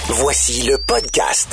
Voici le podcast.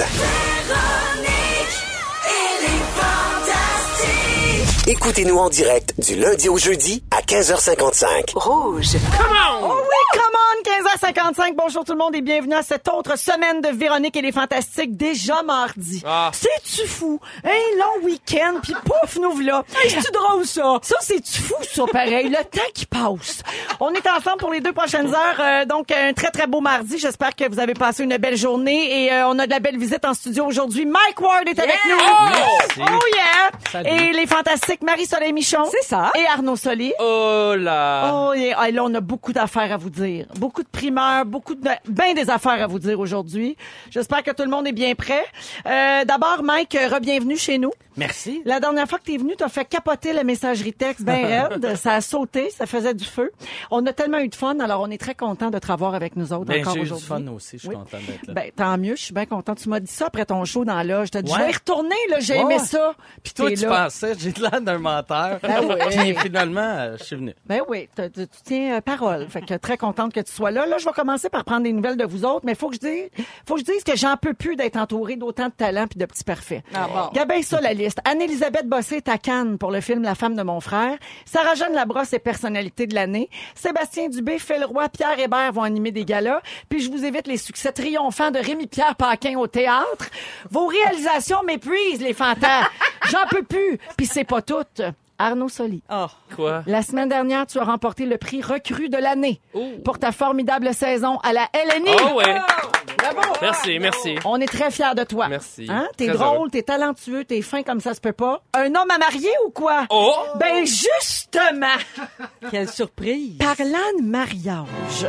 Écoutez-nous en direct du lundi au jeudi à 15h55. Rouge. Come on! Oh oui, come on! 15h55. Bonjour tout le monde et bienvenue à cette autre semaine de Véronique et les Fantastiques. Déjà mardi. Ah. C'est-tu fou? Un long week-end, puis pouf, nous voilà. Hey, c'est-tu drôle, ça? Ça, c'est-tu fou, ça, pareil? Le temps qui passe. On est ensemble pour les 2 prochaines heures. Donc, un très, très beau mardi. J'espère que vous avez passé une belle journée. Et on a de la belle visite en studio aujourd'hui. Mike Ward est avec nous. Merci. Oh yeah! Salut. Et les Fantastiques Marie-Soleil Michon. C'est ça. Et Arnaud Soli. Oh là! Oh, yeah. Ah, là, on a beaucoup d'affaires à vous dire. Beaucoup de primeurs, ben des affaires à vous dire aujourd'hui. J'espère que tout le monde est bien prêt. D'abord, Mike, re-bienvenue chez nous. Merci. La dernière fois que t'es venu, t'as fait capoter la messagerie texte ben raide. Ça a sauté, ça faisait du feu. On a tellement eu de fun, alors on est très content de te revoir avec nous autres encore J'ai eu du aujourd'hui. fun aussi, je suis Oui. content d'être là. Ben, tant mieux, je suis bien contente. Tu m'as dit ça après ton show dans la loge. T'as dit, Ouais. je vais y retourner, là, j'ai aimé ça. Puis toi, t'es tu là. pensais, j'ai l'air d'un menteur. Ben oui. Puis finalement, je suis venu. Ben oui, tu tiens parole. Fait que très contente que tu sois là. Là, je vais commencer par prendre des nouvelles de vous autres, mais faut que je dise que j'en peux plus d'être entourée d'autant de talents puis de petits parfaits. Ah bon. Gabin, ça, la liste. Anne-Élisabeth Bossé est à Cannes pour le film La femme de mon frère. Sarah-Jeanne Labrosse est personnalité de l'année. Sébastien Dubé, Phil Roy, Pierre Hébert vont animer des galas. Puis je vous évite les succès triomphants de Rémi-Pierre Paquin au théâtre. Vos réalisations m'épuisent, les fantas. J'en peux plus. Puis c'est pas tout. Arnaud Soli. Oh. Quoi? La semaine dernière, tu as remporté le prix recrue de l'année Oh. pour ta formidable saison à la LNI. Oh ouais! Bravo! Merci. On est très fiers de toi. Merci. Hein? T'es Très drôle, heureux. t'es talentueux, t'es fin comme ça se peut pas. Un homme à marier ou quoi? Oh! Ben justement! Quelle surprise. Parlant de mariage,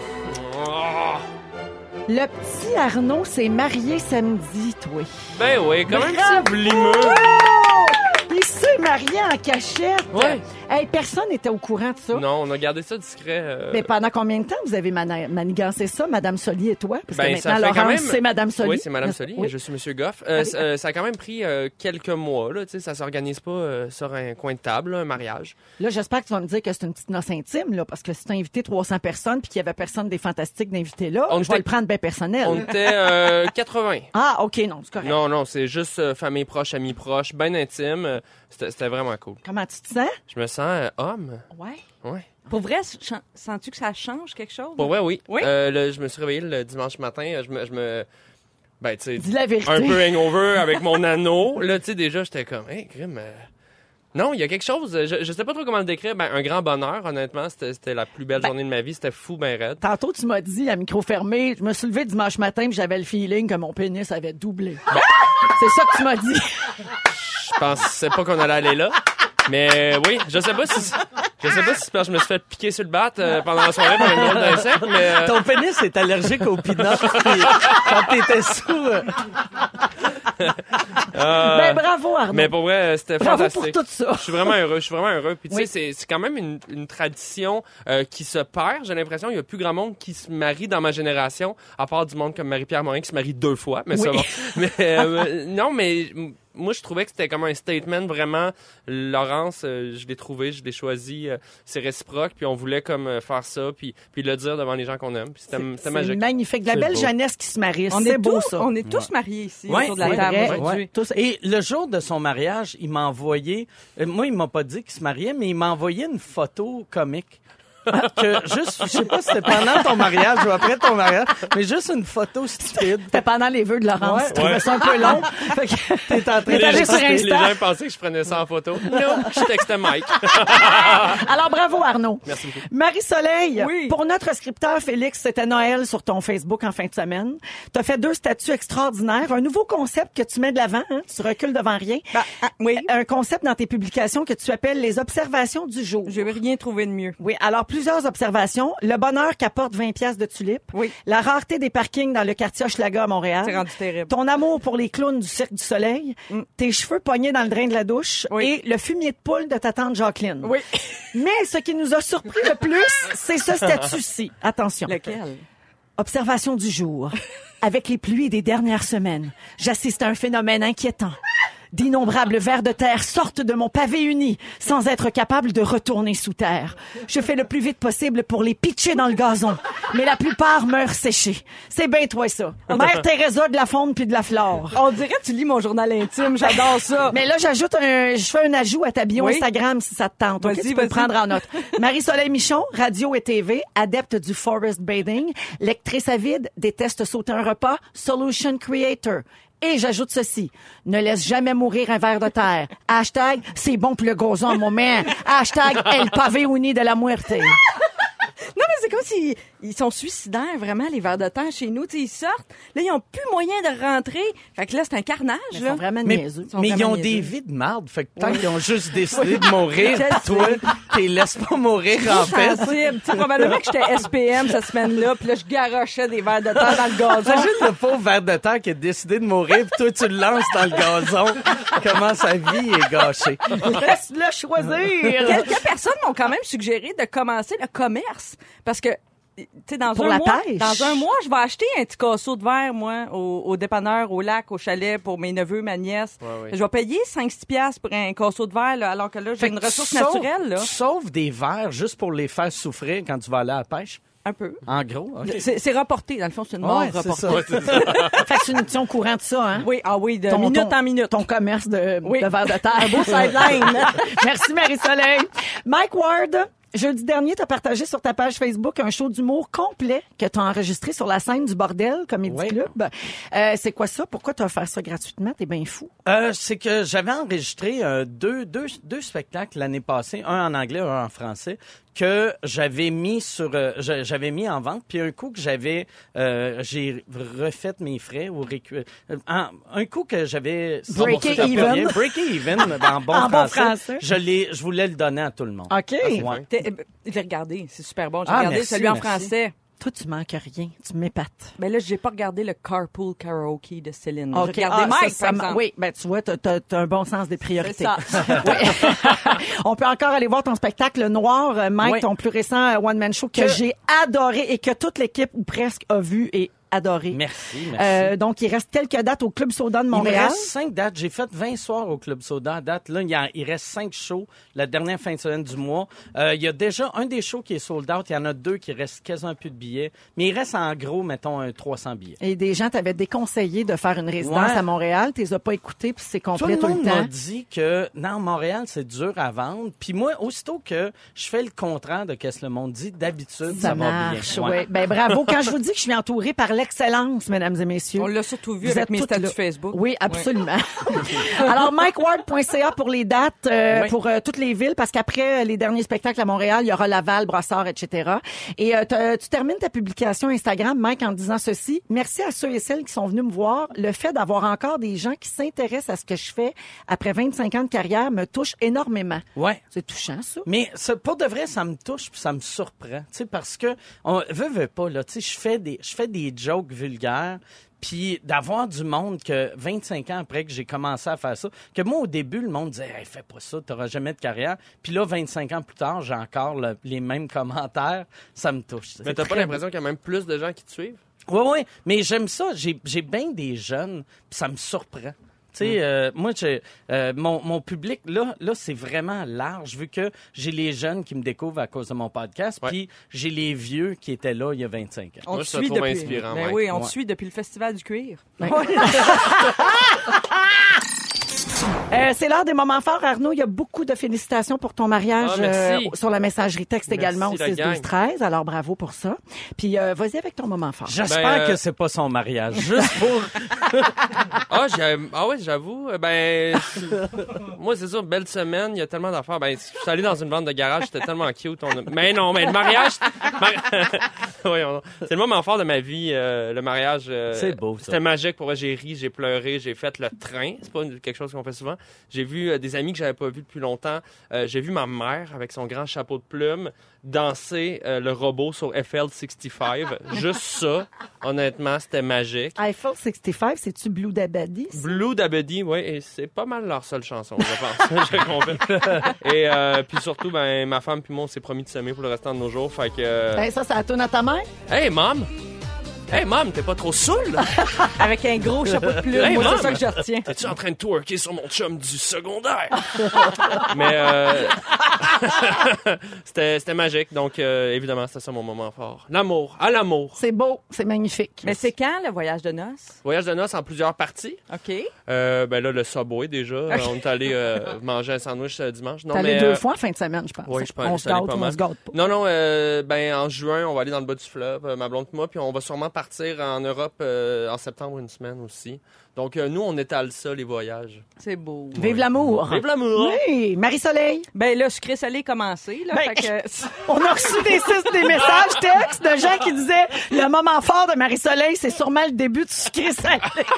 Oh. le petit Arnaud s'est marié samedi, toi. Ben oui, quand même Bravo! petit blimeux. Il s'est marié en cachette. Ouais. Hey, personne n'était au courant de ça. Non, on a gardé ça discret. Mais pendant combien de temps vous avez manigancé ça, Madame Soli et toi? Parce Ben, que ça maintenant, fait quand Laurence, même- c'est Madame Soli. Oui, c'est Madame Soli. Oui. Je suis Monsieur Goff. oui. Ça a quand même pris quelques mois. Là, tu sais, ça s'organise pas sur un coin de table, là, un mariage. Là, j'espère que tu vas me dire que c'est une petite noce intime, là, parce que si tu as invité 300 personnes puis qu'il y avait personne des Fantastiques d'inviter là, On je vais était- le prendre bien personnel. On était 80. Ah, OK, non, c'est correct. Non, c'est juste famille proche, amis proches, bien intime. C'était vraiment cool. Comment tu te sens? Je me sens homme. Ouais. Ouais. Pour vrai, sens-tu que ça change quelque chose? Pour vrai, oui. Oui? Je me suis réveillé le dimanche matin. Ben, tu sais, Dis la vérité. un peu hangover avec mon anneau. Là, tu sais, déjà, j'étais comme, hey, crime. Non, il y a quelque chose. Je sais pas trop comment le décrire. Ben, un grand bonheur, honnêtement. C'était la plus belle journée de ma vie. C'était fou, ben raide. Tantôt, tu m'as dit, à micro fermé, je me suis levé dimanche matin puis j'avais le feeling que mon pénis avait doublé. C'est ça que tu m'as dit. Je pensais pas qu'on allait aller là. Mais oui, je sais pas si c'est parce que je me suis fait piquer sur le bat pendant la soirée par une drôle d'insecte, mais Ton pénis est allergique aux peanuts. Puis quand t'étais sous... Ben, bravo, Arnaud. mais pour vrai, c'était Bravo fantastique. pour tout ça. Je suis vraiment heureux. Puis tu Oui. sais, c'est quand même une tradition qui se perd. J'ai l'impression qu'il y a plus grand monde qui se marie dans ma génération, à part du monde comme Marie-Pierre Morin qui se marie 2 fois. Mais Oui. ça va. Mais non, mais moi je trouvais que c'était comme un statement vraiment. Laurence, je l'ai trouvé, je l'ai choisi, c'est réciproque. Puis on voulait comme faire ça, puis le dire devant les gens qu'on aime. Puis c'était C'est magique. magnifique. De la C'est belle beau. jeunesse qui se marie. On C'est est beau, tous, ça. on est tous mariés ici Ouais, autour de la c'est table vrai. aujourd'hui. Tous- Et le jour de son mariage, il m'a envoyé... moi, il m'a pas dit qu'il se mariait, mais il m'a envoyé une photo comique. Que juste, je sais pas si c'était pendant ton mariage ou après ton mariage, mais juste une photo stupide. C'était pendant les vœux de Laurence. Ouais. Tu trouvais ça un peu long. Fait que T'es en train T'es allé sur Les Insta. gens pensaient que je prenais ça en photo. Non, je textais Mike. Alors, bravo, Arnaud. Merci beaucoup. Marie-Soleil, Oui. pour notre scripteur Félix, c'était Noël sur ton Facebook en fin de semaine. Tu as fait 2 statuts extraordinaires. Un nouveau concept que tu mets de l'avant. Hein? Tu recules devant rien. Oui, Un concept dans tes publications que tu appelles les observations du jour. j'ai rien trouvé de mieux. Oui, alors plusieurs observations. Le bonheur qu'apporte 20 pièces de tulipes. Oui. La rareté des parkings dans le quartier Hochelaga à Montréal. C'est rendu terrible. Ton amour pour les clowns du Cirque du Soleil. Tes cheveux pognés dans le drain de la douche. Oui. Et le fumier de poule de ta tante Jacqueline. Oui. Mais ce qui nous a surpris le plus, c'est ce statut-ci. Attention. Lequel? Observation du jour. Avec les pluies des dernières semaines, j'assiste à un phénomène inquiétant. D'innombrables vers de terre sortent de mon pavé uni sans être capables de retourner sous terre. Je fais le plus vite possible pour les pitcher dans le gazon, mais la plupart meurent séchés. C'est bien toi ça. Mère Teresa de la faune puis de la flore. On dirait que tu lis mon journal intime. J'adore ça. Mais là, je fais un ajout à ta bio Oui. Instagram si ça te tente. OK? Vas-y, Tu peux le vas-y. prendre en note. Marie-Soleil Michon, radio et TV, adepte du forest bathing, lectrice avide, déteste sauter un repas, solution creator. Et j'ajoute ceci. Ne laisse jamais mourir un ver de terre. Hashtag, c'est bon pour le gazon, mon man. Hashtag, el pavé uni de la muerte. Non, mais c'est comme s'ils ils sont suicidaires, vraiment, les vers de terre chez nous. Tu sais, ils sortent. Là, ils ont plus moyen de rentrer. Fait que là, c'est un carnage, Mais ils là. sont vraiment Mais, niaiseux. mais ils vraiment ont des niaiseux. vies de marde. Fait que tant qu'ils ont juste décidé de mourir, Je toi, t'es laisse pas mourir en fait. Sensible. Tu sais, probablement que j'étais SPM cette semaine-là, puis là, je garochais des vers de terre dans le gazon. Imagine le pauvre ver de terre qui a décidé de mourir, puis toi, tu le lances dans le gazon. Comment sa vie est gâchée. Laisse-le choisir. Quelques personnes m'ont quand même suggéré de commencer le commerce. Parce que, tu sais, dans Pour un la mois, pêche. dans un mois, je vais acheter un petit casseau de verre, moi, au dépanneur, au lac, au chalet, pour mes neveux, ma nièce. Ouais. Je vais payer 5-6 piastres pour un casseau de verre, là, alors que là, j'ai une ressource naturelle, là. Tu sauves des vers juste pour les faire souffrir quand tu vas aller à la pêche. Un peu. En gros, OK. C'est reporté. Dans le fond, c'est une mort Ouais, c'est reportée. ça. Fait que tu es au courant de ça, hein? Oui, de minute en minute. Ton commerce de Oui. verre de terre. Un beau sideline. Merci, Marie-Soleil. Mike Ward, jeudi dernier, tu as partagé sur ta page Facebook un show d'humour complet que tu as enregistré sur la scène du Bordel Comedy Oui. Club. C'est quoi ça? Pourquoi tu as offert ça gratuitement? T'es bien fou. C'est que j'avais enregistré deux spectacles l'année passée, un en anglais, un en français, que j'avais mis j'avais mis en vente. Puis un coup que j'ai refait mes frais ou un coup que j'avais Breaké remboursé even. bien, breaké even en bon En bon français. français. Je voulais le donner à tout le monde. OK. Ouais. Je l'ai regardé. C'est super bon. J'ai Ah, regardé merci, celui en merci. français. Toi, tu manques rien. Tu m'épates. Mais là, j'ai pas regardé le Carpool Karaoke de Céline. OK. J'ai regardé Mike, ça, par exemple. oui, ben tu vois, t'as un bon sens des priorités. C'est ça. Oui. On peut encore aller voir ton spectacle Noir, Mike, Oui. ton plus récent one-man show que j'ai adoré et que toute l'équipe ou presque a vu et adoré. Merci. Donc, il reste quelques dates au Club Soda de Il me Montréal. reste 5 dates. J'ai fait 20 soirs au Club Soda à date. Là, il reste 5 shows la dernière fin de semaine du mois. Il y a déjà un des shows qui est sold out. Il y en a 2 qui restent quasiment plus de billets. Mais il reste en gros, mettons, 300 billets. Et des gens t'avaient déconseillé de faire une résidence Ouais. à Montréal. Tu les as pas écoutés puis c'est Tout complet le tout le monde m'a temps. dit que, non, Montréal, c'est dur à vendre. Puis moi, aussitôt que je fais le contraire de ce que le monde dit, d'habitude, ça va marche, bien. ouais. Ben bravo. Quand je vous dis que je suis entourée par l'excellence, mesdames et messieurs. On l'a surtout vu Vous avec êtes mes toutes statuts là. Facebook. Oui, absolument. Alors, MikeWard.ca pour les dates, Oui. pour toutes les villes, parce qu'après les derniers spectacles à Montréal, il y aura Laval, Brossard, etc. Et tu termines ta publication Instagram, Mike, en disant ceci. Merci à ceux et celles qui sont venus me voir. Le fait d'avoir encore des gens qui s'intéressent à ce que je fais après 25 ans de carrière me touche énormément. Ouais. C'est touchant, ça. Mais pour de vrai, ça me touche puis ça me surprend, tu sais, parce que on veut pas là, tu sais, je fais des jokes vulgaires. Puis d'avoir du monde que 25 ans après que j'ai commencé à faire ça, que moi au début le monde disait hey, fais pas ça, t'auras jamais de carrière. Puis là 25 ans plus tard, j'ai encore les mêmes commentaires, ça me touche. Mais t'as pas l'impression qu'il y a même plus de gens qui te suivent? Oui, mais j'aime ça, j'ai bien des jeunes, puis ça me surprend. Tu sais, moi, mon public, là c'est vraiment large, vu que j'ai les jeunes qui me découvrent à cause de mon podcast, Ouais. puis j'ai les vieux qui étaient là il y a 25 ans. On Moi, te je te suit trouve depuis. inspirant, Ben Mike. oui, on te Ouais. suit depuis le Festival du cuir. C'est l'heure des moments forts, Arnaud. Il y a beaucoup de félicitations pour ton mariage Ah, merci. sur la messagerie texte Merci, également au la 6 12 gang. 13. Alors, bravo pour ça. Puis, vas-y avec ton moment fort. J'espère Ben, que c'est pas son mariage, juste pour... Oui, j'avoue. Moi, c'est sûr, belle semaine, il y a tellement d'affaires. Ben, je suis allé dans une vente de garage, c'était tellement cute. Mais non, mais le mariage... c'est le moment fort de ma vie, le mariage. C'est beau, ça. C'était magique. Pour moi, j'ai ri, j'ai pleuré, j'ai fait le train. C'est pas quelque chose qu'on fait souvent. J'ai vu des amis que j'avais pas vus depuis longtemps. J'ai vu ma mère avec son grand chapeau de plumes danser le robot sur FL65. Juste ça, honnêtement, c'était magique. Eiffel 65, c'est-tu Blue Dabadi? ça? Blue Dabadi, oui, et c'est pas mal leur seule chanson, je pense. J'ai compris. Et puis surtout, ben, ma femme puis moi, on s'est promis de s'aimer pour le restant de nos jours. Fait que. Ben, ça tourne à ta mère? Hey, mom! Hey, Mom, t'es pas trop saoul? Avec un gros chapeau de plume. Hey, Moi, Mom! c'est ça que je retiens. T'es-tu en train de twerker sur mon chum du secondaire? Mais c'était magique. Donc, évidemment, c'était ça mon moment fort. L'amour. À l'amour. C'est beau, c'est magnifique. Mais c'est quand, le voyage de noces? Voyage de noces en plusieurs parties. OK. Ben là, le Subway, déjà. On est allé manger un sandwich dimanche. Non, T'es allé mais, 2 fois en fin de semaine, je pense. Oui, je pense. On se gâte ou on se gâte pas. Non, ben en juin, on va aller dans le bas du fleuve, ma blonde et moi, puis on va sûrement partir en Europe en septembre une semaine aussi. Donc, nous, on étale ça, les voyages. C'est beau. Vive l'amour. Vive l'amour! Oui, Marie-Soleil. Ben là, sucré salé commencé. Là, Ben, fait que... On a reçu des messages textes de gens qui disaient le moment fort de Marie-Soleil, c'est sûrement le début du sucré salé.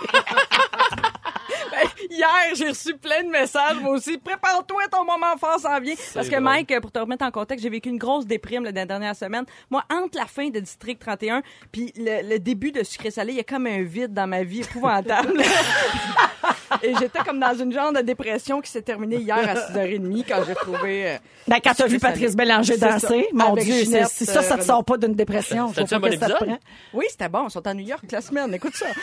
Ben, hier, j'ai reçu plein de messages, moi aussi. Prépare-toi, ton moment fort s'en vient. Parce que, drôle. Mike, pour te remettre en contexte, j'ai vécu une grosse déprime là, dans la dernière semaine. Moi, entre la fin de District 31 puis le début de Sucré Salé, il y a comme un vide dans ma vie épouvantable. Et j'étais comme dans une genre de dépression qui s'est terminée hier à 6h30 quand j'ai retrouvé... Ben, quand t'as vu Sucré Patrice salé. Bélanger C'est danser, ça. mon Avec Dieu, Ginette, si ça te sort pas d'une dépression. Je C'était-tu vois un pas bon que ça te épisode? prend. Oui, c'était bon. Ils sont à New York la semaine. Écoute ça.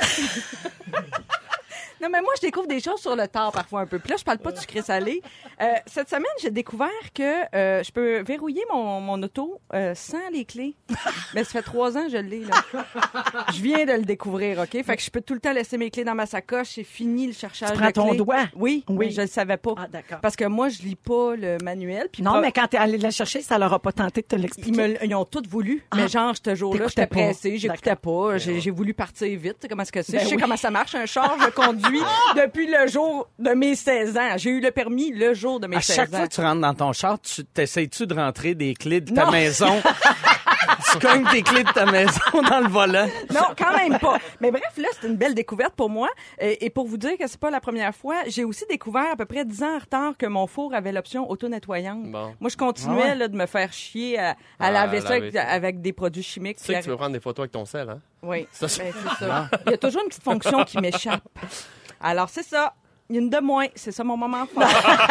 Non, mais moi, je découvre des choses sur le tard parfois un peu. Puis là, je parle pas de sucré salé. Cette semaine, j'ai découvert que je peux verrouiller mon auto sans les clés. Mais ça fait 3 ans que je l'ai, là. Je viens de le découvrir, OK? Fait que je peux tout le temps laisser mes clés dans ma sacoche. C'est fini le cherchage Tu prends de ton clés. doigt? Oui, Oui. mais je le savais pas. Ah, d'accord. Parce que moi, je lis pas le manuel. Puis Non, mais quand t'es allé la chercher, ça leur a pas tenté de te l'expliquer. ils ont tout voulu. Mais genre, ce jour-là, T'écoutais j'étais pas. pressée, j'écoutais pas. J'ai voulu partir vite. Tu sais comment est-ce que c'est? Ben Je sais oui. comment ça marche. Un char, je conduis depuis le jour de mes 16 ans. J'ai eu le permis le jour de mes À 16 chaque ans. fois que tu rentres dans ton char, tu t'essayes-tu de rentrer des clés de ta Non. maison? Tu cognes tes clés de ta maison dans le volant. Non, quand même pas. Mais bref, là, c'est une belle découverte pour moi. Et pour vous dire que c'est pas la première fois, j'ai aussi découvert à peu près 10 ans en retard que mon four avait l'option auto-nettoyante. Bon. Moi, je continuais Ah ouais. là, de me faire chier à Ah, laver ça laver ça. avec des produits chimiques. Tu sais que tu veux prendre des photos avec ton sel, hein? Oui, Ça, ben, c'est- c'est ça. Il y a toujours une petite fonction qui m'échappe. Alors, c'est ça. Une de moins. C'est ça mon moment fort.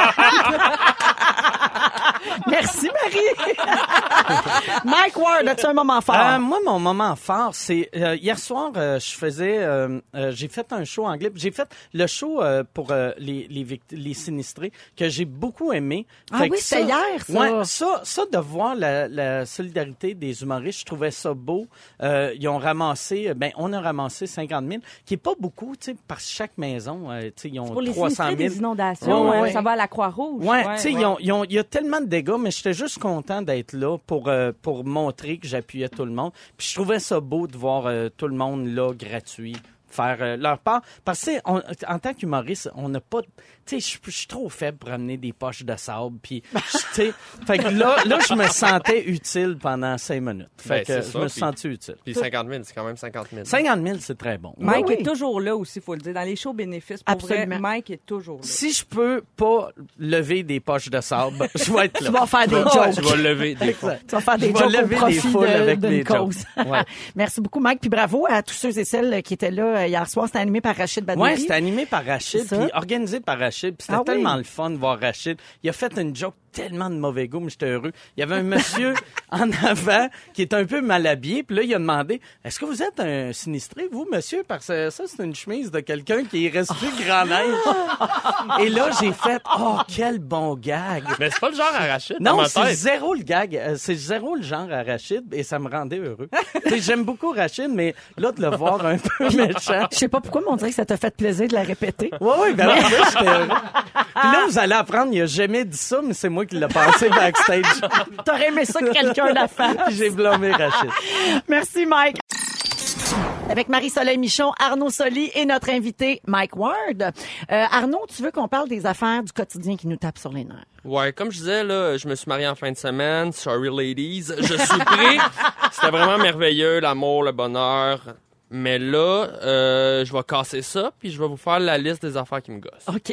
Merci, Marie. Mike Ward, as-tu un moment fort? Moi, mon moment fort, c'est hier soir, j'ai fait un show anglais. J'ai fait le show pour les sinistrés que j'ai beaucoup aimé. Ah Fait oui, que c'était hier, ça. Ouais, ça de voir la solidarité des humoristes, je trouvais ça beau. Ils ont ramassé, on a ramassé 50 000, qui est pas beaucoup, tu sais, par chaque maison. Tu sais, ils ont Pour les 300 sinistrés 000. des inondations, Ouais, ouais. ça va à la Croix-Rouge. Ouais, tu sais, il y a tellement de dégâts, mais j'étais juste content d'être là pour montrer que j'appuyais tout le monde. Puis je trouvais ça beau de voir tout le monde là, gratuit, faire leur part. Parce que, en tant qu'humoriste, on n'a pas... Tu sais, je suis trop faible pour amener des poches de sable. Puis, tu sais, fait que là, je me sentais utile pendant 5 minutes. Fait Ben, que c'est je ça, me puis- sens utile. Puis 50 000, c'est quand même 50 000. 50 000, c'est très bon. Mike Oui, est oui. toujours là aussi, faut le dire. Dans les shows bénéfices, pour Absolument. vrai, Mike est toujours là. Si je peux pas lever des poches de sable, je vais être là. Tu vas faire des Ouais, jokes. Tu vas lever des fois. Tu vas faire des Je vais jokes au lever des profit foules avec d'une des jokes. cause. Ouais. Merci beaucoup, Mike. Puis bravo à tous ceux et celles qui étaient là hier soir. C'était animé par Rachid Badouri. Ouais, c'était animé par Rachid, C'est ça. puis organisé par Rachid, puis c'était Ah oui. tellement le fun de voir Rachid. Il a fait une joke tellement de mauvais goût, mais j'étais heureux. Il y avait un monsieur en avant qui est un peu mal habillé, puis là, il a demandé « Est-ce que vous êtes un sinistré, vous, monsieur? Parce que ça, c'est une chemise de quelqu'un qui est resté grand neige. » Et là, j'ai fait « Oh, quel bon gag! » Mais c'est pas le genre arraché dans Non, ma c'est tête. zéro le gag. C'est zéro le genre à Rachid et ça me rendait heureux. Tu sais, j'aime beaucoup Rachid, mais là, de le voir un peu méchant. Je sais pas pourquoi, mais on dirait que ça t'a fait plaisir de la répéter. Oui, ben là, j'étais heureux. Puis là, vous allez apprendre, il a jamais dit ça, mais c'est moi qui l'ai passé backstage. T'aurais aimé ça que quelqu'un la fasse. Puis j'ai blâmé Rachid. Merci, Mike. Avec Marie-Soleil Michon, Arnaud Soli et notre invité, Mike Ward. Arnaud, tu veux qu'on parle des affaires du quotidien qui nous tapent sur les nerfs? Ouais, comme je disais, là, je me suis marié en fin de semaine. Sorry, ladies. Je suis pris. C'était vraiment merveilleux, l'amour, le bonheur. Mais là, je vais casser ça, puis je vais vous faire la liste des affaires qui me gossent. OK.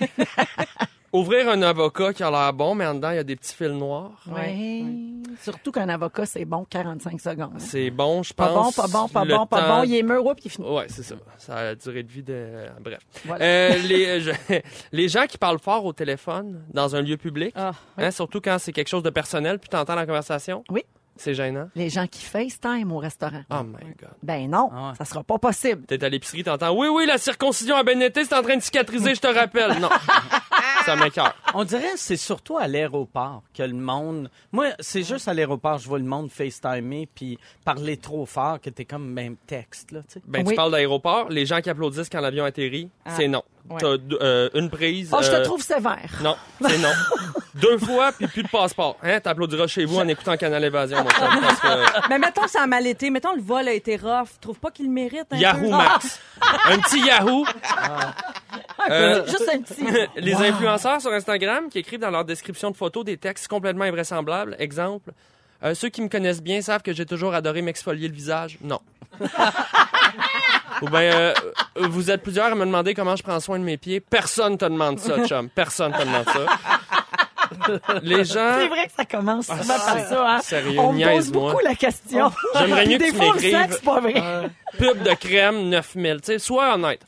Ouvrir un avocat qui a l'air bon, mais en dedans, il y a des petits fils noirs. Oui. Surtout qu'un avocat, c'est bon 45 secondes. hein. C'est bon, je Pas bon, pense. pas bon, pas Le bon, pas temps- bon. Il est mûr, puis il finit. Ouais, c'est ça. Ça a la durée de vie de... Bref. Voilà. Les gens qui parlent fort au téléphone dans un lieu public, Ah, hein, surtout quand c'est quelque chose de personnel, puis t'entends la conversation. Oui. C'est gênant? Les gens qui FaceTime au restaurant. Oh my God. Ben non, Ah ouais. ça sera pas possible. T'es à l'épicerie, t'entends « Oui, la circoncision a bien été, c'est en train de cicatriser, je te rappelle. » Non. Ça m'écoeure. On dirait que c'est surtout à l'aéroport que le monde... Moi, c'est juste à l'aéroport, je vois le monde FaceTimer puis parler trop fort que t'es comme même texte, là, tu sais. Ben, Oui. tu parles d'aéroport, les gens qui applaudissent quand l'avion atterrit, c'est non. Ouais. T'as une prise. Oh, je te trouve sévère. Non, c'est non. 2 fois, puis plus de passeport. Hein, t'applaudiras chez vous en écoutant Canal Évasion, mon chum, parce que... Mais mettons, ça a mal été. Mettons, le vol a été rough. Trouve pas qu'il le mérite un Yahoo peu? Max. Un petit Yahoo. Juste un petit. Les influenceurs sur Instagram qui écrivent dans leur description de photos des textes complètement invraisemblables. Exemple, ceux qui me connaissent bien savent que j'ai toujours adoré m'exfolier le visage. Non. Ou bien, vous êtes plusieurs à me demander comment je prends soin de mes pieds. Personne te demande ça, chum. Personne te demande ça. Les gens... C'est vrai que ça commence souvent par ça. Hein? Sérieux, On me pose niaise-moi. beaucoup la question. J'aimerais mieux que Des tu fois, on le m'écrives. sent que c'est pas vrai. Pub de crème 9000, tu sais, sois honnête.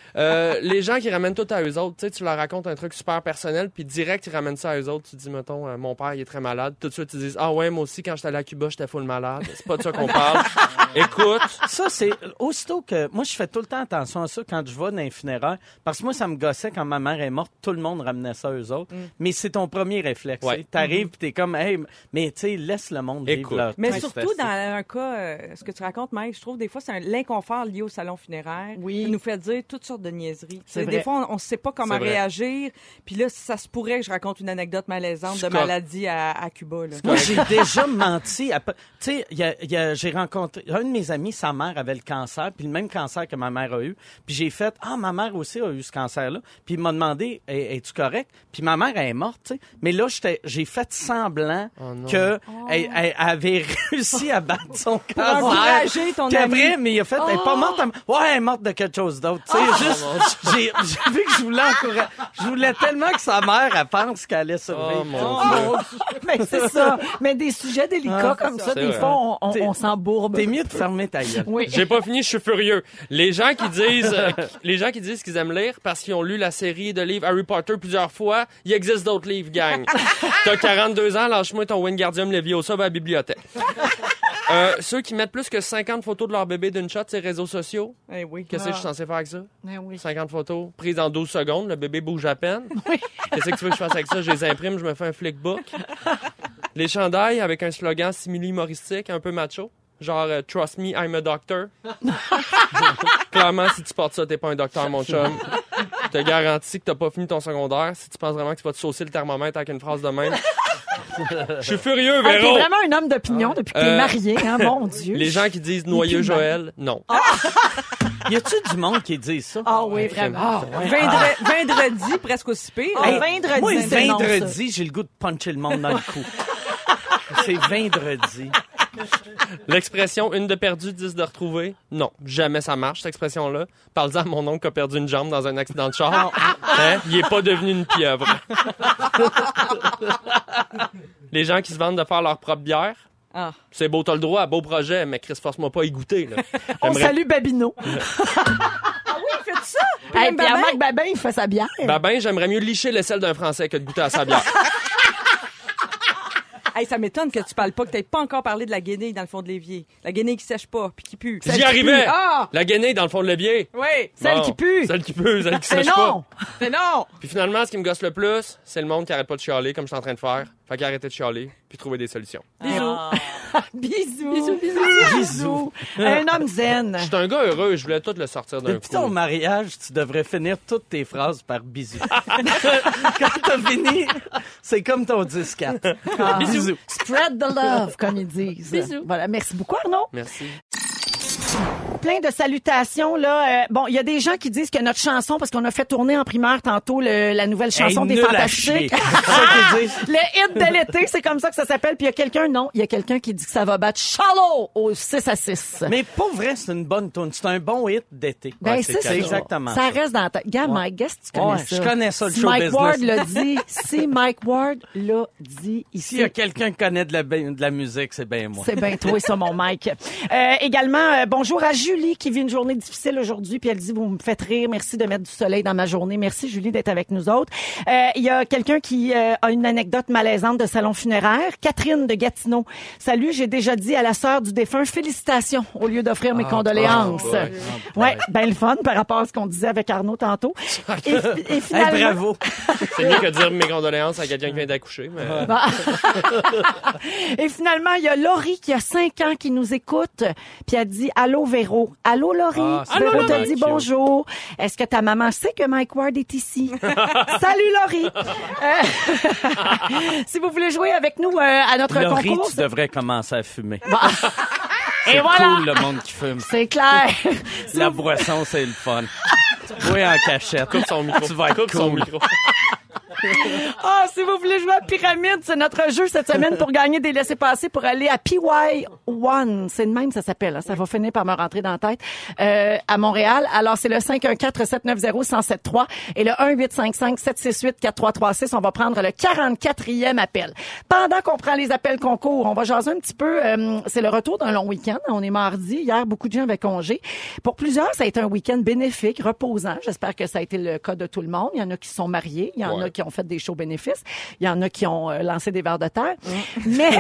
Les gens qui ramènent tout à eux autres, tu sais, tu leur racontes un truc super personnel, puis direct, ils ramènent ça à eux autres. Tu dis, mettons, mon père, il est très malade. Tout de suite, ils disent, ah ouais, moi aussi, quand j'étais allé à Cuba, j'étais full malade. C'est pas de ça qu'on parle. Écoute, Ça, c'est aussitôt que... Moi, je fais tout le temps attention à ça quand je vais dans les funérailles. Parce que moi, ça me gossait quand ma mère est morte. Tout le monde ramenait ça à eux autres. Mais c'est ton premier réflexe. Ouais. Tu t'arrives puis t'es comme, hey, mais tu sais, laisse le monde vivre Écoute. leur Mais tristesse. surtout dans un cas, ce que tu racontes, Mike, je trouve des fois c'est l'inconfort lié au salon funéraire Oui. qui nous fait dire toutes sortes de niaiseries. C'est Des vrai. fois, on ne sait pas comment C'est vrai. réagir. Puis là, ça se pourrait que je raconte une anecdote malaisante de Scott. maladie à Cuba. Là. Moi, j'ai déjà menti. Tu sais, j'ai rencontré un de mes amis, sa mère avait le cancer, puis le même cancer que ma mère a eu. Puis j'ai fait, ma mère aussi a eu ce cancer-là. Puis il m'a demandé, es-tu correct? Puis ma mère, elle est morte, tu sais. Mais là, j'ai fait semblant que elle avait réussi à battre son cancer. encourager ton Puis ami. après, mais il a fait, elle est pas morte. Ouais, elle est morte de quelque chose d'autre. Tu sais, juste, j'ai vu que je voulais encourager. Je voulais tellement que sa mère, elle pense qu'elle allait survivre. Oh, mon Dieu. Mais c'est ça. Mais des sujets délicats comme ça, c'est des vrai. fois, on s'embourbe. T'es mieux de fermer ta gueule. Oui. j'ai pas fini, je suis furieux. Les gens qui disent qu'ils aiment lire parce qu'ils ont lu la série de livres Harry Potter plusieurs fois, il existe d'autres livres, gang. T'as 42 ans, lâche-moi ton Wingardium Leviosa va à la bibliothèque. Ceux qui mettent plus que 50 photos de leur bébé d'une shot sur les réseaux sociaux, Eh oui. qu'est-ce que je suis censé faire avec ça? Eh oui. 50 photos prises en 12 secondes, le bébé bouge à peine. Qu'est-ce que tu veux que je fasse avec ça? Je les imprime, je me fais un flickbook. Les chandails avec un slogan simili-humoristique, un peu macho. Genre, trust me, I'm a doctor. Clairement, si tu portes ça, t'es pas un docteur, mon chum. Je te garantis que t'as pas fini ton secondaire. Si tu penses vraiment que tu vas te saucer le thermomètre avec une phrase de même. Je suis furieux, Ah, t'es Véro! vraiment un homme d'opinion depuis que t'es marié, hein, mon Dieu. Les gens qui disent noyeux plus mal. Joël, non. Y a-tu du monde qui dit ça? Ah oui, vraiment. Vendredi, presque aussi pire. Ah, Hey, vendredi, Moi, c'est non, ça. vendredi, j'ai le goût de puncher le monde dans le cou. C'est vendredi. L'expression une de perdue, 10 de retrouvée, non, jamais ça marche, cette expression-là. Parle-en à mon oncle qui a perdu une jambe dans un accident de char. Hein? Il est pas devenu une pieuvre. Les gens qui se vendent de faire leur propre bière, Ah. c'est beau, t'as le droit, beau projet, mais Chris, force-moi pas à y goûter. Là. On salue Babino. Faites ça! Hey, Même Pierre-Marc Babin, il fait sa bière. Ben, j'aimerais mieux licher l'aisselle d'un Français que de goûter à sa bière. Hey, ça m'étonne que tu parles pas, que t'aies pas encore parlé de la guenille dans le fond de l'évier. La guenille qui sèche pas, puis qui pue. J'y arrivais! Ah! La guenille dans le fond de l'évier. Oui! Celle qui pue. Celle qui pue, celle qui C'est sèche pas. non. Mais non! Puis finalement, ce qui me gosse le plus, c'est le monde qui arrête pas de chialer, comme je suis en train de faire. Fait qu'arrêter de chialer, puis trouver des solutions. Bisous. Bisous. Bisous. Un homme zen. Je suis un gars heureux, je voulais tout le sortir d'un Depuis coup. ton mariage, tu devrais finir toutes tes phrases par bisous. Quand t'as fini, c'est comme ton 10-4. Bisous. Spread the love, comme ils disent. Bisous. Voilà, merci beaucoup, Arnaud. Merci. Plein de salutations, là. Bon, il y a des gens qui disent que notre chanson, parce qu'on a fait tourner en primaire tantôt la nouvelle chanson Hey, des nul à Fantastiques. chier. C'est ça qu'ils disent. Le hit de l'été, c'est comme ça que ça s'appelle. Puis il y a quelqu'un qui dit que ça va battre Shallow au 6-6. Mais pour vrai, c'est une bonne tune. C'est un bon hit d'été. Ben, Ouais, c'est ça. exactement Ça reste dans ta... Gars, Mike, qu'est-ce que tu connais Ouais, ça? je connais ça, le Si show Mike business. Ward l'a dit, si Mike Ward l'a dit ici. S'il y a quelqu'un qui connaît de la musique, c'est bien moi. C'est bien toi, ça, mon Mike. Également, bonjour à Julie Julie qui vit une journée difficile aujourd'hui, puis elle dit, vous me faites rire, merci de mettre du soleil dans ma journée. Merci Julie d'être avec nous autres. Il y a quelqu'un qui a une anecdote malaisante de salon funéraire. Catherine de Gatineau. Salut, j'ai déjà dit à la sœur du défunt, félicitations, au lieu d'offrir mes condoléances. Ouais, ben le fun par rapport à ce qu'on disait avec Arnaud tantôt. Et finalement... Hey, bravo. C'est mieux que de dire mes condoléances à quelqu'un qui vient d'accoucher. Mais... Et finalement, il y a Laurie qui a 5 ans qui nous écoute, puis elle dit allô Véro. Allô Laurie. Véro te dit bonjour. Est-ce que ta maman sait que Mike Ward est ici? Salut Laurie. Si vous voulez jouer avec nous à notre Laurie, concours, tu devrais commencer à fumer. et C'est voilà. cool, le monde qui fume. C'est clair. La boisson, c'est le fun. Oui, en cachette. Coupe son micro. Tu vas être Coupe son cool. micro. Si vous voulez jouer à Pyramide, c'est notre jeu cette semaine pour gagner des laissez-passer pour aller à PY1. C'est de même, ça s'appelle. Hein. Ça va finir par me rentrer dans la tête. À Montréal. Alors, c'est le 514-790-1073 et le 1-855-768-4336. On va prendre le 44e appel. Pendant qu'on prend les appels concours, on va jaser un petit peu. C'est le retour d'un long week-end. On est mardi. Hier, beaucoup de gens avaient congé. Pour plusieurs, ça a été un week-end bénéfique, reposant. J'espère que ça a été le cas de tout le monde. Il y en a qui sont mariés. Il y en a qui ont fait des shows bénéfices. Il y en a qui ont lancé des vers de terre. Mais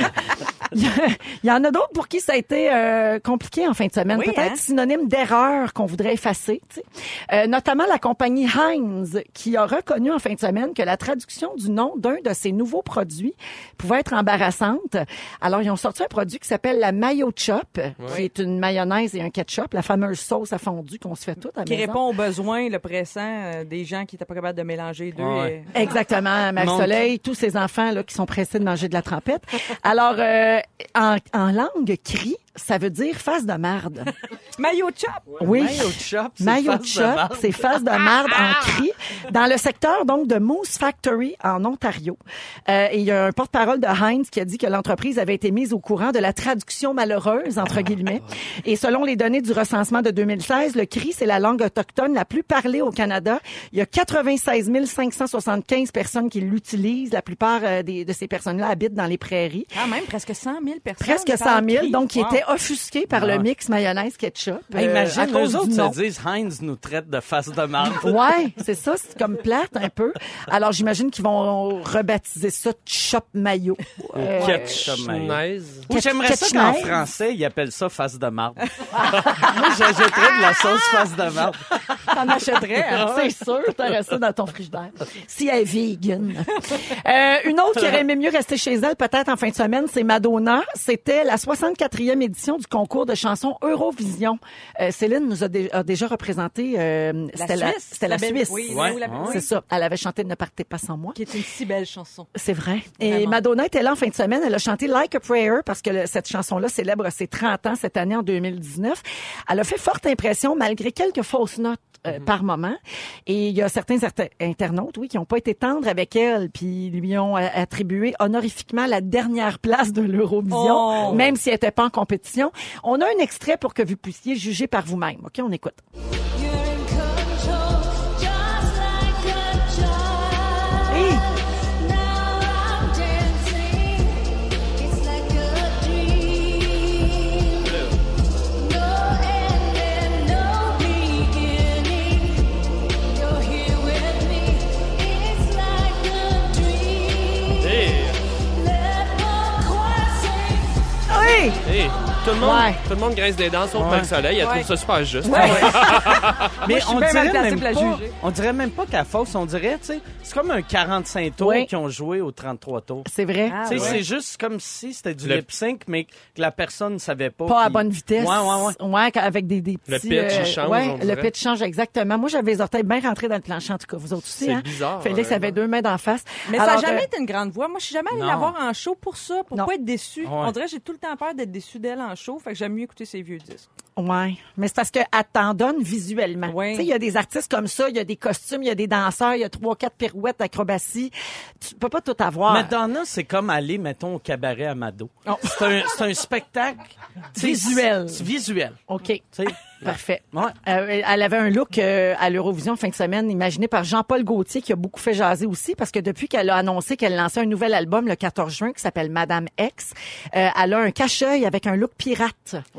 il y en a d'autres pour qui ça a été compliqué en fin de semaine. Oui, Peut-être synonyme d'erreur qu'on voudrait effacer. Tu sais. Notamment la compagnie Heinz qui a reconnu en fin de semaine que la traduction du nom d'un de ses nouveaux produits pouvait être embarrassante. Alors, ils ont sorti un produit qui s'appelle la Mayo Chop, qui est une mayonnaise et un ketchup, la fameuse sauce à fondu qu'on se fait toute à la Qui maison. répond aux besoins, le pressant des gens qui n'étaient pas capables de mélanger les deux. Ouais. Exactement, Marie-Soleil, tous ces enfants là qui sont pressés de manger de la trempette. Alors, en langue cri, ça veut dire face de marde. Mayo Chop! Oui. Mayo Chop, c'est Mayo face de Chop, marde. c'est face de marde en cri. Dans le secteur, donc, de Moose Factory, en Ontario. Et il y a un porte-parole de Heinz qui a dit que l'entreprise avait été mise au courant de la traduction malheureuse, entre guillemets. Et selon les données du recensement de 2016, le cri, c'est la langue autochtone la plus parlée au Canada. Il y a 96 575 personnes qui l'utilisent. La plupart de ces personnes-là habitent dans les prairies. Quand même, presque 100 000 personnes. Presque qui 100 parlent 000, cri. donc qui Wow. étaient offusqués par le mix mayonnaise-ketchup. Hey, imagine, à cause eux autres du nom. se disent Heinz nous traite de face de marde. Ouais, c'est ça, c'est comme plate un peu. Alors j'imagine qu'ils vont rebaptiser ça Chop Mayo. Ketchup mayo. Naise. Ou j'aimerais ça qu'en Ketchup. français, ils appellent ça face de marde. Moi, j'achèterais de la sauce face de marde. T'en achèterais, hein? C'est sûr, t'aurais ça dans ton frigidaire. Si elle est vegan. Une autre qui aurait aimé mieux rester chez elle, peut-être en fin de semaine, c'est Madonna. C'était la 64e édition du concours de chansons Eurovision. Céline nous a déjà représenté. C'était la Suisse. Oui, Ouais. oui, la Ouais. C'est ça. Elle avait chanté Ne partez pas sans moi. qui est une si belle chanson. C'est vrai. Et Vraiment. Madonna était là en fin de semaine. Elle a chanté Like a Prayer parce que cette chanson-là célèbre ses 30 ans cette année en 2019. Elle a fait forte impression malgré quelques fausses notes par moment. Et il y a certains internautes, oui, qui n'ont pas été tendres avec elle puis lui ont attribué honorifiquement la dernière place de l'Eurovision, Oh. même si elle n'était pas en compétition. On a un extrait pour que vous puissiez juger par vous-même. OK, on écoute. Hey! Hey! Hey, tout le monde grince des dents sauf Ouais. Marie-Soleil. Elle Ouais. trouve ça super juste. Mais je suis bien mal placée pour la juger. on dirait même pas qu'à fausse, on dirait, tu sais, c'est comme un 45 tours Oui. qui ont joué au 33 tours. C'est vrai. Ah, Tu sais, ouais. c'est juste comme si c'était du Le- lip sync, mais que la personne ne savait pas. Pas à qu'il- bonne vitesse. Ouais. Ouais, avec des petits... Le pitch, il change, Ouais, on le dirait. pitch change exactement. Moi, j'avais les orteils bien rentrés dans le plancher, en tout cas. Vous autres aussi, C'est hein? bizarre, Félix ouais. avait 2 mains d'en face. Mais ça Alors, n'a jamais été une grande voix. Moi, je suis jamais allée Non. la voir en show pour ça, pour Non. pas être déçue. Ouais. On dirait que j'ai tout le temps peur d'être déçue d'elle en show, fait que j'aime mieux écouter ses vieux disques. Ouais, mais c'est parce qu'elle t'en donne visuellement. Oui. Tu sais, il y a des artistes comme ça, il y a des costumes, il y a des danseurs, il y a 3-4 pirouettes, acrobaties. Tu peux pas tout avoir. Madonna, c'est comme aller, mettons, au cabaret Amado. C'est un spectacle tu sais, Visuel. c'est visuel. OK. Tu sais. Parfait. Ouais. Elle avait un look à l'Eurovision en fin de semaine, imaginé par Jean-Paul Gaultier, qui a beaucoup fait jaser aussi, parce que depuis qu'elle a annoncé qu'elle lançait un nouvel album le 14 juin, qui s'appelle Madame X, elle a un cache-œil avec un look pirate. Oui.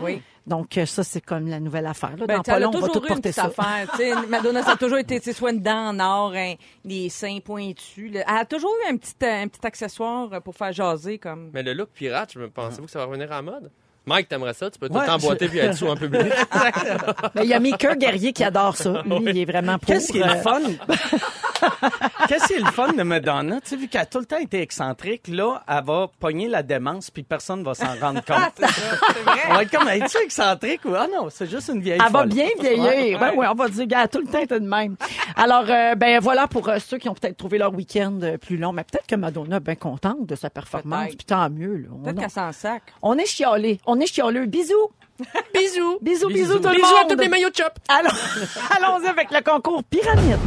Donc, ça, c'est comme la nouvelle affaire. Là. Ben, Dans pas elle a long, on va tout toujours eu une porter petite ça. affaire. Tu sais, Madonna, ça a toujours été soit une dent en or, des seins pointus. Là. Elle a toujours eu un petit accessoire pour faire jaser. Comme. Mais le look pirate, pensez-vous que ça va revenir à la mode? Mike, t'aimerais ça? Tu peux tout Ouais, le temps emboîter puis être sous en public. Mais il y a Maker Guerrier qui adore ça. Lui, il est vraiment pour... Qu'est-ce qui est le fun? Qu'est-ce qui est le fun de Madonna? Tu sais, vu qu'elle a tout le temps été excentrique, là, elle va pogner la démence puis personne va s'en rendre compte. C'est vrai. On va être comme, es-tu excentrique ou, ah non, c'est juste une vieille Elle va folle. bien vieillir. Ouais, on va dire, gars, tout le temps, était de même. Alors, ben voilà pour ceux qui ont peut-être trouvé leur week-end plus long. Mais peut-être que Madonna est bien contente de sa performance. Peut-être. Puis tant mieux. Là. Peut-être qu'elle s'en sac. On est chialés. On est chialeux. Bisous. Bisous. Bisous, bisous tout le Bisous à monde. tous les maillots de chop! Allons-y avec le concours Pyramide.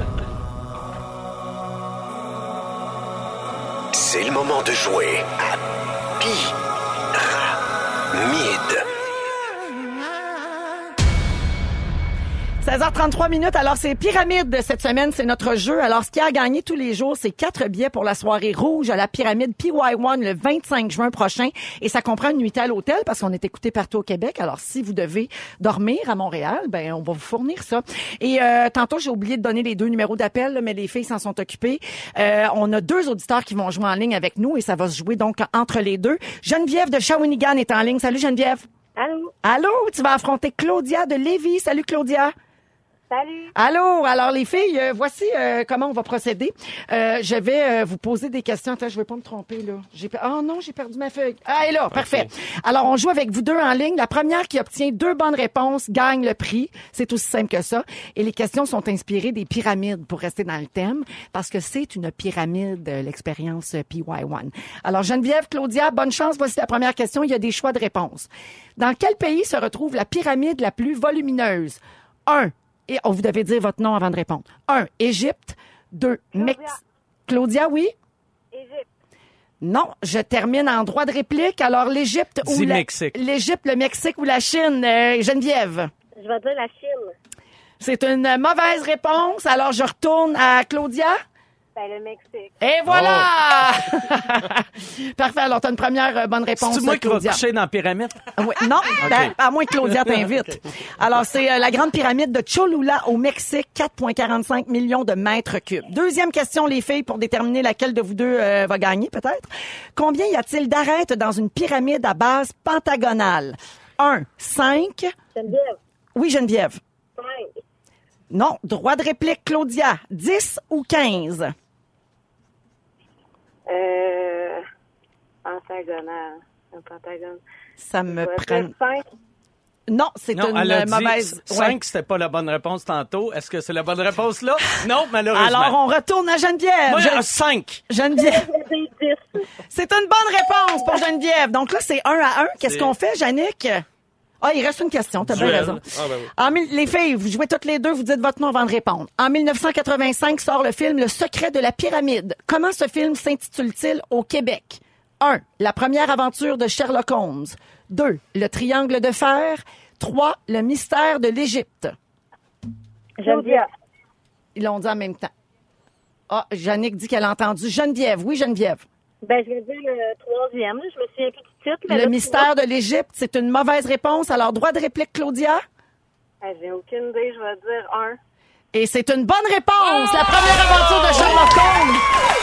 C'est le moment de jouer à Pyramide. 16h33 minutes. Alors, c'est Pyramide cette semaine. C'est notre jeu. Alors, ce qui a gagné tous les jours, c'est 4 billets pour la soirée rouge à la Pyramide PY1 le 25 juin prochain. Et ça comprend une nuitée à l'hôtel parce qu'on est écouté partout au Québec. Alors, si vous devez dormir à Montréal, ben, on va vous fournir ça. Et tantôt, j'ai oublié de donner les 2 numéros d'appel, là, mais les filles s'en sont occupées. On a 2 auditeurs qui vont jouer en ligne avec nous et ça va se jouer donc entre les deux. Geneviève de Shawinigan est en ligne. Salut, Geneviève. Allô? Allô, tu vas affronter Claudia de Lévis. Salut, Claudia. Salut. Allô, alors les filles, voici comment on va procéder. Je vais vous poser des questions. Attends, je vais pas me tromper là. Oh non, j'ai perdu ma feuille. Ah, elle est là, parfait. Alors, on joue avec vous deux en ligne. La première qui obtient 2 bonnes réponses gagne le prix. C'est aussi simple que ça. Et les questions sont inspirées des pyramides pour rester dans le thème, parce que c'est une pyramide, l'expérience PY1. Alors, Geneviève, Claudia, bonne chance. Voici la première question. Il y a des choix de réponses. Dans quel pays se retrouve la pyramide la plus volumineuse? 1. Et vous devez dire votre nom avant de répondre. 1. Égypte. 2. Mexique. Claudia, oui? Égypte. Non, je termine en droit de réplique. Alors, l'Égypte ou Mexique. l'Égypte, le Mexique ou la Chine? Geneviève? Je vais dire la Chine. C'est une mauvaise réponse. Alors, je retourne à Claudia. Ben, le Mexique. Et voilà! Parfait. Alors, tu as une première bonne réponse, C'est moi qui vais Claudia. coucher dans la pyramide? Oui, non, ben, à moins que Claudia t'invite. Alors, c'est la grande pyramide de Cholula au Mexique, 4,45 millions de mètres cubes. Deuxième question, les filles, pour déterminer laquelle de vous deux va gagner, peut-être. Combien y a-t-il d'arêtes dans une pyramide à base pentagonale? 1, 5. Geneviève. Oui, Geneviève. 5. Non, droit de réplique, Claudia. 10 ou 15? Pentagonal. Un pentagone. Ça me Je vais prend... dire 5. Non, c'est Non, une elle a dit mauvaise... 5, Ouais. c'était pas la bonne réponse tantôt. Est-ce que c'est la bonne réponse là? Non, malheureusement. Alors, on retourne à Geneviève. Moi, 5. Geneviève. Je vais dire 10. C'est une bonne réponse pour Geneviève. Donc là, c'est 1-1. Qu'est-ce qu'on fait, Yannick? Ah, il reste une question. T'as bien Joël. raison. Ah, ben oui. Les filles, vous jouez toutes les deux, vous dites votre nom avant de répondre. En 1985 sort le film Le secret de la pyramide. Comment ce film s'intitule-t-il au Québec? 1. La première aventure de Sherlock Holmes. 2. Le triangle de fer. 3. Le mystère de l'Égypte. Geneviève. Ils l'ont dit en même temps. Ah, Yannick dit qu'elle a entendu. Geneviève. Oui, Geneviève. Ben, je vais dire le 3e. Je me souviens plus du titre. Mais Le mystère de l'Égypte, c'est une mauvaise réponse. Alors, droit de réplique, Claudia. J'ai aucune idée. Je vais dire 1. Et c'est une bonne réponse. La première aventure de Sherlock Holmes.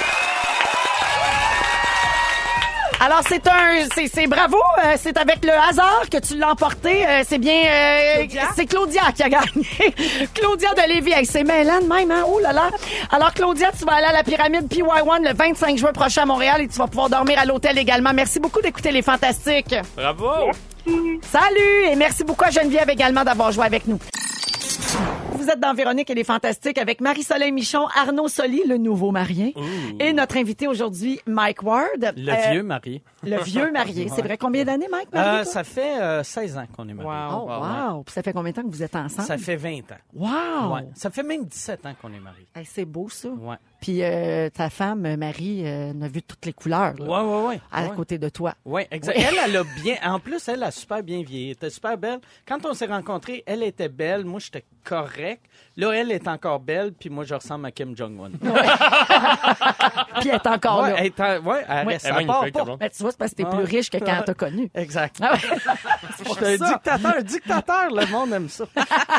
Alors, c'est bravo. C'est avec le hasard que tu l'as emporté. C'est bien, c'est Claudia qui a gagné. Claudia de Lévis. Hey, c'est mêlant de même, hein? Oh là là. Alors, Claudia, tu vas aller à la pyramide PY1 le 25 juin prochain à Montréal et tu vas pouvoir dormir à l'hôtel également. Merci beaucoup d'écouter Les Fantastiques. Bravo! Salut! Et merci beaucoup à Geneviève également d'avoir joué avec nous. Vous êtes dans Véronique et les Fantastiques avec Marie-Soleil Michon, Arnaud Soli, le nouveau marié, et notre invité aujourd'hui, Mike Ward. Le vieux marié. Le vieux marié. C'est vrai, combien d'années, Mike? marié, toi? Ça fait 16 ans qu'on est mariés. Oh, wow! Puis ça fait combien de temps que vous êtes ensemble? Ça fait 20 ans. Wow! Ouais. Ça fait même 17 ans qu'on est mariés. Hey, c'est beau, ça. Ouais. Puis ta femme, Marie, a vu toutes les couleurs là, Ouais. à Ouais. côté de toi. Oui, exact. Elle a bien. En plus, elle a super bien vieilli. Elle était super belle. Quand on s'est rencontrés, elle était belle. Moi, j'étais correct. Là, elle est encore belle. Puis moi, je ressemble à Kim Jong-un. Puis elle est encore Ouais, là. elle reste. Ouais. Elle Elle est part magnifique, pas. ta blonde. Ben, tu vois, c'est parce que t'es plus riche que quand elle t'a connu. Exact. Ah ouais. Un dictateur, le monde aime ça.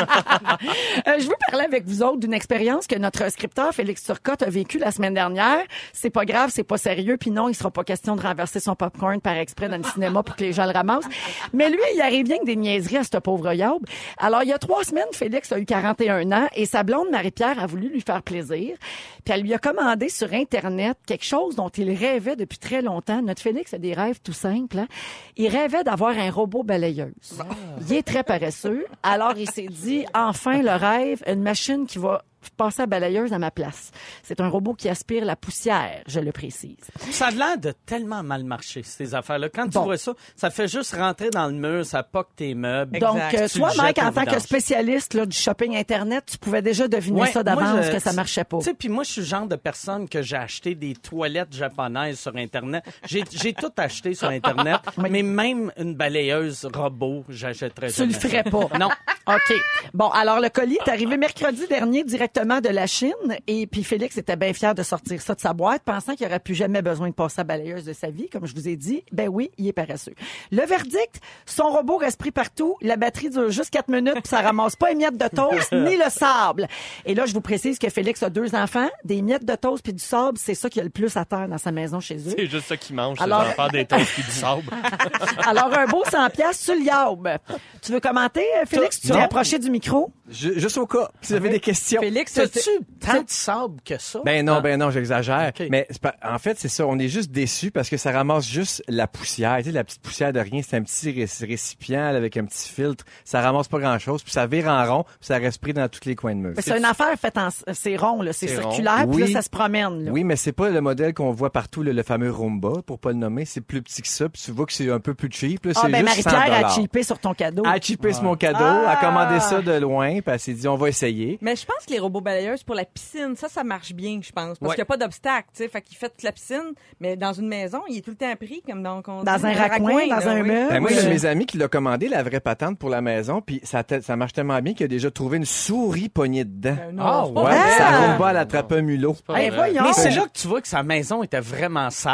Je veux parler avec vous autres d'une expérience que notre scripteur Félix Turcotte a vécue la semaine dernière. C'est pas grave, c'est pas sérieux, puis non, il sera pas question de renverser son popcorn par exprès dans le cinéma pour que les gens le ramassent. Mais lui, il arrive bien que des niaiseries à ce pauvre Yob. Alors, il y a 3 semaines, Félix a eu 41 ans et sa blonde Marie-Pierre a voulu lui faire plaisir. Puis elle lui a commandé sur Internet quelque chose dont il rêvait depuis très longtemps. Notre Félix a des rêves tout simples. Hein? Il rêvait d'avoir un robot balayeuse. Il est très paresseux. Alors, il s'est dit, enfin, le rêve, une machine qui va passer à balayeuse à ma place. C'est un robot qui aspire la poussière, je le précise. Ça a l'air de tellement mal marcher, ces affaires-là. Quand tu vois ça, ça fait juste rentrer dans le mur, ça poque tes meubles. Donc, Tu toi, le Mike, jettes en au tant que vidange. spécialiste là, du shopping Internet, tu pouvais déjà deviner ça d'avance que ça marchait pas. Tu sais, puis moi, je suis le genre de personne que j'ai acheté des toilettes japonaises sur Internet. J'ai tout acheté sur Internet, mais même une balayeuse robot, j'achèterais Tu le jamais. ferais pas. Non. OK. Bon, alors le colis est arrivé mercredi dernier directement de la Chine et puis Félix était bien fier de sortir ça de sa boîte pensant qu'il n'aurait plus jamais besoin de passer à balayeuse de sa vie. Comme je vous ai dit, ben oui, il est paresseux. Le verdict, son robot reste pris partout, la batterie dure juste 4 minutes puis ça ramasse pas les miettes de toast ni le sable. Et là, je vous précise que Félix a 2 enfants, des miettes de toast puis du sable, c'est ça qu'il y a le plus à terre dans sa maison chez eux. C'est juste ça qu'ils mangent, Alors- les enfants, des toasts et du sable. Alors, un beau 100 piastres sur le yaob. Tu veux commenter, Félix? Tu t'es Non. approché du micro? Juste au cas, si vous avez des questions. Félix, T'as-tu tant de sable que ça? Ben non, j'exagère. Ok. Mais en fait, c'est ça. On est juste déçus parce que ça ramasse juste la poussière. Tu sais, la petite poussière de rien. C'est un petit récipient là, avec un petit filtre. Ça ramasse pas grand-chose. Puis ça vire en rond. Puis ça reste pris dans tous les coins de mur. C'est une affaire faite en... C'est rond, là. C'est C'est rond. circulaire, puis là, Oui. ça se promène, là. Oui, mais c'est pas le modèle qu'on voit partout, le fameux Roomba, pour pas le nommer. C'est plus petit que ça. Puis tu vois que c'est un peu plus cheap. Là. Ah, C'est ben juste Marie-Pierre a 100 cheapé sur ton cadeau. Elle a cheapé sur mon cadeau. Ah! Elle a commandé ça de loin. Puis elle s'est dit, on va essayer. Mais je pense que les robots balayeuses pour la piscine, ça marche bien, je pense. Parce Ouais. qu'il n'y a pas d'obstacle, tu sais. Fait qu'il fait toute la piscine, mais dans une maison, il est tout le temps pris, comme donc on Dans dit, un raccoin, dans un meuble. Ben moi, Oui. j'ai mes amis qui l'ont commandé, la vraie patente pour la maison, puis ça marche tellement bien qu'il a déjà trouvé une souris pognée dedans. Ah, c'est pas Ouais, vrai. ça roule pas à l'attraper un mulot. Pas Hey, vrai. voyons. Mais c'est là que tu vois que sa maison était vraiment sale.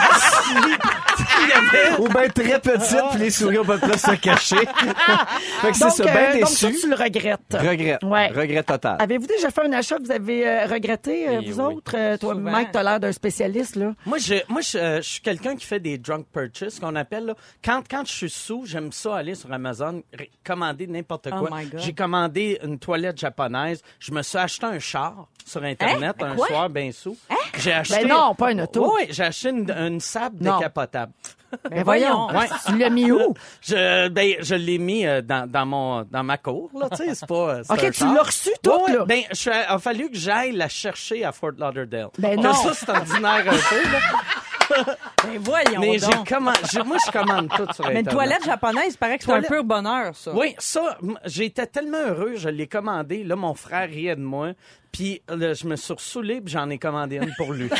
Ou bien très petite, puis les souris ont pas de place se cacher. fait que c'est Donc, ça, bien donc déçu. ça, tu le regrettes. Regret. Ouais. Regret total. Avez-vous déjà fait un achat que vous avez regretté, Oui, vous oui. autres? Toi, Souvent. Mike, t'as l'air d'un spécialiste, là. Moi, je suis quelqu'un qui fait des drunk purchases, qu'on appelle, là. Quand je suis sous, j'aime ça aller sur Amazon, commander n'importe Oh quoi. my God. J'ai commandé une toilette japonaise. Je me suis acheté un char sur Internet un Quoi? soir, bien sous. J'ai acheté... Ben non, pas une auto. Oui, j'ai acheté une sable Non. décapotable. Ben voyons. Ouais. Tu l'as mis où? Je l'ai mis dans ma cour, là, tu sais, c'est pas... c'est un OK, tu char. l'as reçu, tout, Ouais, ouais. là? Ben, il a fallu que j'aille la chercher à Fort Lauderdale. Ben Que non. ça, c'est ordinaire un peu, là. Ben voyons Mais donc. moi, je commande tout sur Mais Internet. une toilette japonaise, il paraît que c'est un Toilette- pur bonheur, ça. Oui, ça, j'étais tellement heureux, je l'ai commandé. Là, mon frère riait de moi. Puis là, je me suis ressoulé, puis j'en ai commandé une pour lui.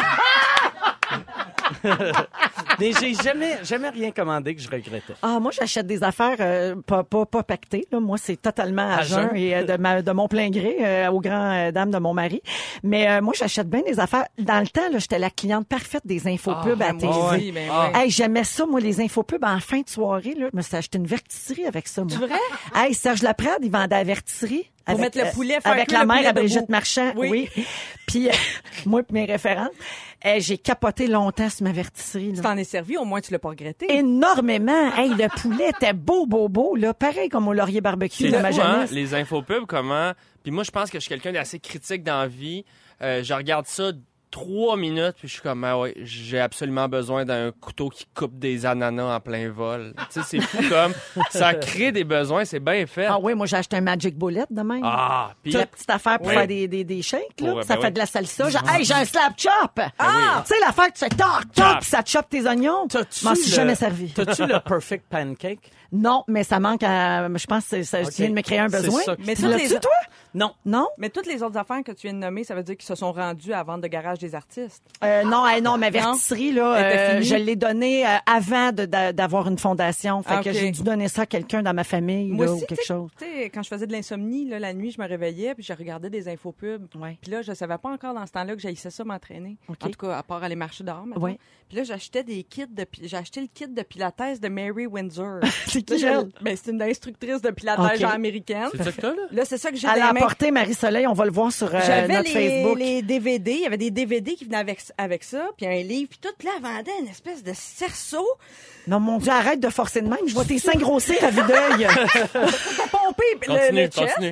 Mais j'ai jamais rien commandé que je regrettais. Ah, moi, j'achète des affaires pas pactées. Là. Moi, c'est totalement à jeun jeun. et de mon plein gré aux grandes dames de mon mari. Mais moi, j'achète bien des affaires. Dans le temps, là, j'étais la cliente parfaite des infopubs à moi TV. aussi, ben oui. Hey, j'aimais ça, moi, les infopubs en fin de soirée. Là, je me suis acheté une vertisserie avec ça, moi. C'est vrai? Hey, Serge Laprade, il vendait la vertisserie. Pour mettre le poulet, faire avec cuire la le mère poulet à Brigitte debout. Marchand, oui. Puis moi et mes référentes, j'ai capoté longtemps sur ma vertisserie. Tu Là. t'en es servi, au moins tu l'as pas regretté. Énormément. Hey, le poulet était beau, là. Pareil comme au laurier barbecue de ma fou, hein, jeunesse. les infopubs, comment... Puis moi, je pense que je suis quelqu'un d'assez critique dans la vie. Je regarde ça 3 minutes, puis je suis comme, ah ouais, j'ai absolument besoin d'un couteau qui coupe des ananas en plein vol. Tu sais, c'est fou comme... Ça crée des besoins, c'est bien fait. Ah oui, moi j'ai acheté un Magic Bullet de même. Ah, puis... La petite affaire pour Oui. faire des shakes, là. Pour- Ça ben fait oui. de la salsa. Hey, j'ai un slap chop! Ah! Tu sais, l'affaire que tu fais toc, toc, puis ça te chope tes oignons. T'as-tu M'en suis le- jamais servi. T'as-tu le perfect pancake? Non, mais ça manque à... Je pense que ça, Ok. tu viens de me créer un C'est besoin. ça. Mais Tu toutes l'as-tu, les- toi? Non. Non? Mais toutes les autres affaires que tu viens de nommer, ça veut dire qu'ils se sont rendus à vendre de garage des artistes. Non, ma vertisserie, là, Elle était finie? je l'ai donnée avant d'avoir une fondation. Fait Ah, que ok. j'ai dû donner ça à quelqu'un dans ma famille, Moi là, aussi, ou quelque chose. Tu sais, quand je faisais de l'insomnie, là, la nuit, je me réveillais puis je regardais des infopubs. Ouais. Puis là, je savais pas encore dans ce temps-là que j'haïssais ça m'entraîner. OK. En tout cas, à part aller marcher dehors. mettons. Ouais. Puis là, j'achetais des kits j'ai acheté le kit de pilates de Mary Windsor. C'est qui, elle? Ben, c'est une instructrice de pilates Ok. américaine. C'est ça que t'as, là? Là, c'est ça que j'ai Elle dans a les mains. apporté Marie-Soleil, on va le voir sur J'avais notre Facebook. les DVD. Il y avait des DVD qui venaient avec ça, puis un livre, puis tout. Puis là, elle vendait une espèce de cerceau. Non, mon Dieu, arrête de forcer de même. Je vois tes seins grossir à vue d'œil. Pompé Continue, le chest. continue.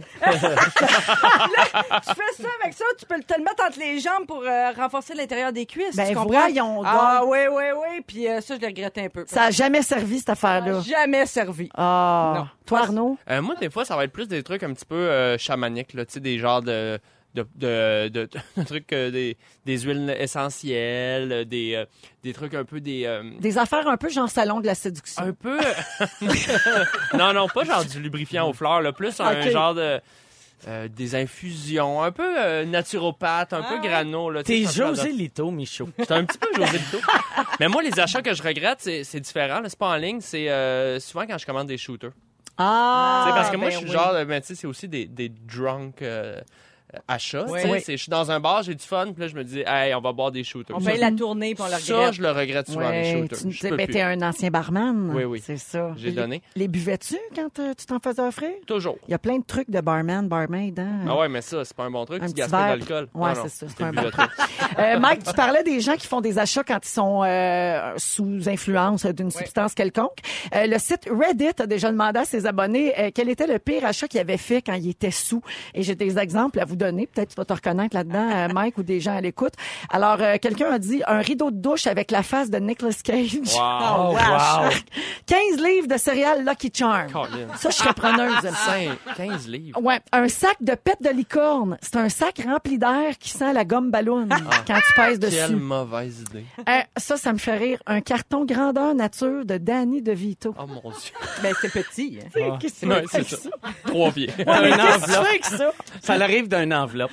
Tu fais ça avec ça, tu peux te le mettre entre les jambes pour renforcer l'intérieur des cuisses. Ben, tu comprends? voyons donc. Ah, oui. Puis ça, je le regrette un peu. Ça a jamais servi, cette affaire-là. Jamais servi. Ah. Non. Toi, Arnaud? Moi, des fois, ça va être plus des trucs un petit peu chamaniques, là, tu sais, des genres de trucs, des huiles essentielles, des trucs un peu Des affaires un peu genre salon de la séduction. un peu... non, pas genre du lubrifiant aux fleurs, là, plus un Ok. genre de... des infusions, un peu naturopathe, un peu grano. Là, T'es tu sais, c'est un peu José Lito, Michaud. C'est un petit peu José Lito. Mais moi, les achats que je regrette, c'est différent. là. C'est pas en ligne, c'est souvent quand je commande des shooters. Ah! Tu sais, parce que moi, ben je suis oui. genre, ben, tu sais, c'est aussi des drunk achats. Oui. tu sais. Oui. Je suis dans un bar, j'ai du fun, puis là, je me dis, hey, on va boire des shooters. On paye la tournée, puis on le Ça, regrette. je le regrette souvent, les Ouais, shooters. Je peux ben, plus. t'es un ancien barman. Oui. C'est ça. J'ai donné. Les buvais-tu quand tu t'en faisais offrir? Toujours. Il y a plein de trucs de barmaid, hein? Ah ouais, mais ça, c'est pas un bon truc. Un Tu petit gaspilles verre. d'alcool. Ouais, Non, c'est ça, c'est t'es un bu bon de trop. Mike, tu parlais des gens qui font des achats quand ils sont sous influence d'une substance quelconque. Le site Reddit a déjà demandé à ses abonnés quel était le pire achat qu'il avait fait quand il était sous. Et j'ai des exemples à vous donner. Peut-être tu vas te reconnaître là-dedans, Mike, ou des gens à l'écoute. Alors, quelqu'un a dit un rideau de douche avec la face de Nicolas Cage. Wow. Oh, wow. 15 livres de céréales Lucky Charms. Colin. Ça, je serais preneuse. 15 livres. Ouais, un sac de pète de licorne. C'est un sac rempli d'air qui sent la gomme ballon quand tu pèses dessus. Quelle mauvaise idée. Ça me fait rire. Un carton grandeur nature de Danny DeVito. Oh mon Dieu. Ben, c'est petit. Hein. Qu'est-ce que Ouais, tu fais c'est avec ça. 3 pieds. Ouais, mais Une qu'est-ce que tu enveloppe. fais avec ça? Ça l'arrive d'une enveloppe.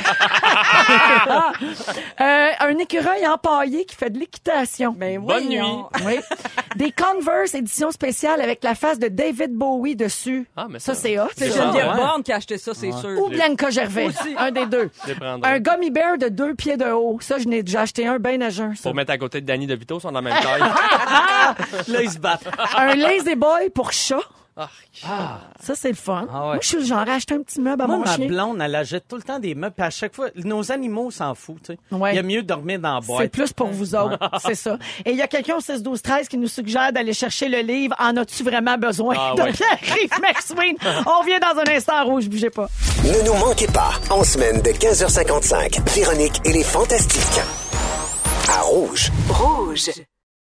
Un écureuil empaillé qui fait de l'équitation. Ben, Bonne voyons. Oui. Des Converse édition spéciale avec la face de David Bowie dessus. Ah, mais Ça, ça, c'est hot. C'est ça, Geneviève ouais. Borne qui a acheté ça, c'est sûr. Ou Bianca Gervais. Un des deux. Je les prendrais. Un gummy bear de 2 pieds de haut. Ça, je n'ai déjà acheté un bien à jeun. ça. Pour mettre à côté de Danny DeVito, ils sont dans la même taille. Là, ils se battent. Un lazy boy pour chat. Ah, Ça, c'est le fun. Ah ouais. Moi, je suis le genre à acheter un petit meuble à Moi, mon ma chien. blonde, elle achète tout le temps des meubles. Puis à chaque fois, nos animaux s'en foutent. Tu sais. Ouais. Il y a mieux de dormir dans la C'est boîte. plus pour vous autres, c'est ça. Et il y a quelqu'un au 16-12-13 qui nous suggère d'aller chercher le livre « En as-tu vraiment besoin? Ah de ouais. Pierre-Yves McSween. On revient dans un instant en rouge, bougez pas. Ne nous manquez pas, en semaine de 15h55, Véronique et les Fantastiques. À Rouge. Rouge.